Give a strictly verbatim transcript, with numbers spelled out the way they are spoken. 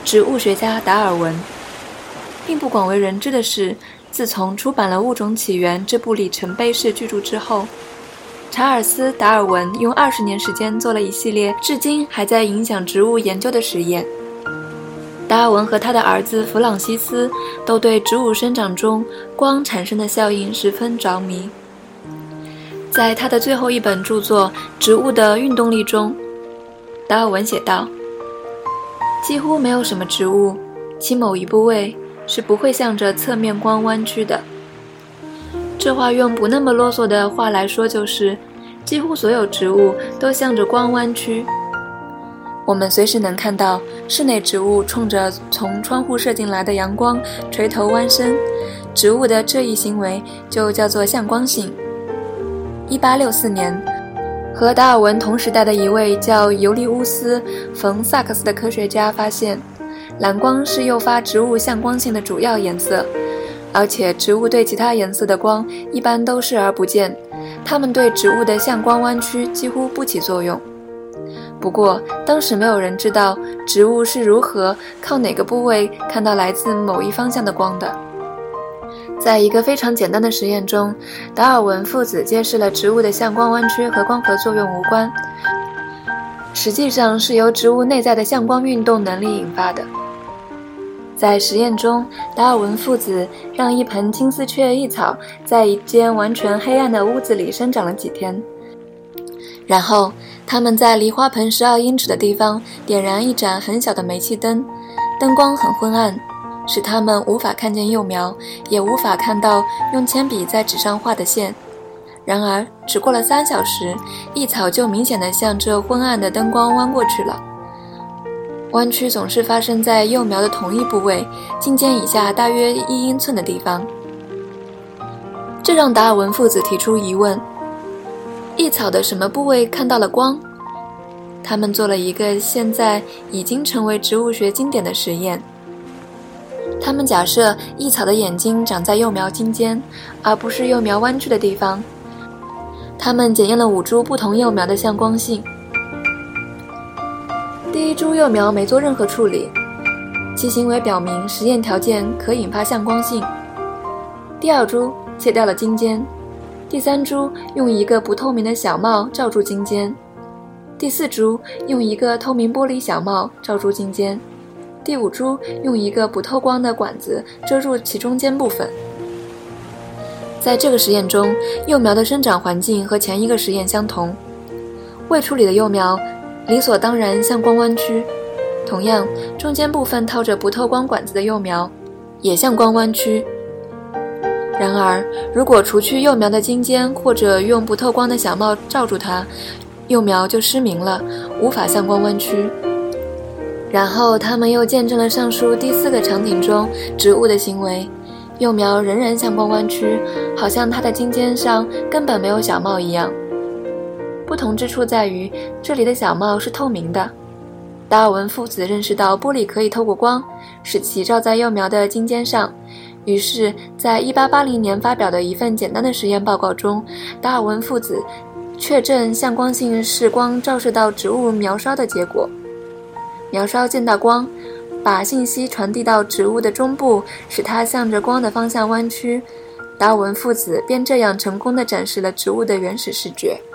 植物学家达尔文。并不广为人知的是，自从出版了《物种起源》这部里程碑式巨著之后，查尔斯·达尔文用二十年时间做了一系列至今还在影响植物研究的实验。达尔文和他的儿子弗朗西斯都对植物生长中光产生的效应十分着迷。在他的最后一本著作《植物的运动力》中，达尔文写道：几乎没有什么植物其某一部位是不会向着侧面光弯曲的。这话用不那么啰嗦的话来说，就是几乎所有植物都向着光弯曲。我们随时能看到室内植物冲着从窗户射进来的阳光垂头弯身，植物的这一行为就叫做向光性。一八六四年，和达尔文同时代的一位叫尤利乌斯·冯·萨克斯的科学家发现，蓝光是诱发植物向光性的主要颜色，而且植物对其他颜色的光一般都视而不见，它们对植物的向光弯曲几乎不起作用。不过当时没有人知道植物是如何靠哪个部位看到来自某一方向的光的。在一个非常简单的实验中，达尔文父子揭示了植物的向光弯曲和光合作用无关，实际上是由植物内在的向光运动能力引发的。在实验中，达尔文父子让一盆金丝雀异草在一间完全黑暗的屋子里生长了几天，然后他们在离花盆十二英尺的地方点燃一盏很小的煤气灯，灯光很昏暗，使他们无法看见幼苗，也无法看到用铅笔在纸上画的线。然而只过了三小时，异草就明显地向这昏暗的灯光弯过去了。弯曲总是发生在幼苗的同一部位，茎尖以下大约一英寸的地方。这让达尔文父子提出疑问：异草的什么部位看到了光？他们做了一个现在已经成为植物学经典的实验。他们假设异草的眼睛长在幼苗茎尖，而不是幼苗弯曲的地方。他们检验了五株不同幼苗的向光性。第一株幼苗没做任何处理，其行为表明实验条件可引发向光性。第二株切掉了茎尖，第三株用一个不透明的小帽罩住茎尖，第四株用一个透明玻璃小帽罩住茎尖，第五株用一个不透光的管子遮住其中间部分。在这个实验中，幼苗的生长环境和前一个实验相同，未处理的幼苗理所当然向光弯曲，同样中间部分套着不透光管子的幼苗也向光弯曲。然而如果除去幼苗的茎尖，或者用不透光的小帽罩住它，幼苗就失明了，无法向光弯曲。然后他们又见证了上述第四个场景中植物的行为，幼苗仍然向光弯曲，好像它的茎尖上根本没有小帽一样。不同之处在于，这里的小帽是透明的。达尔文父子认识到玻璃可以透过光，使其照在幼苗的茎尖上，于是在一八八零年发表的一份简单的实验报告中，达尔文父子确证向光性是光照射到植物苗梢的结果。苗梢见到光，把信息传递到植物的中部，使它向着光的方向弯曲。达尔文父子便这样成功地展示了植物的原始视觉。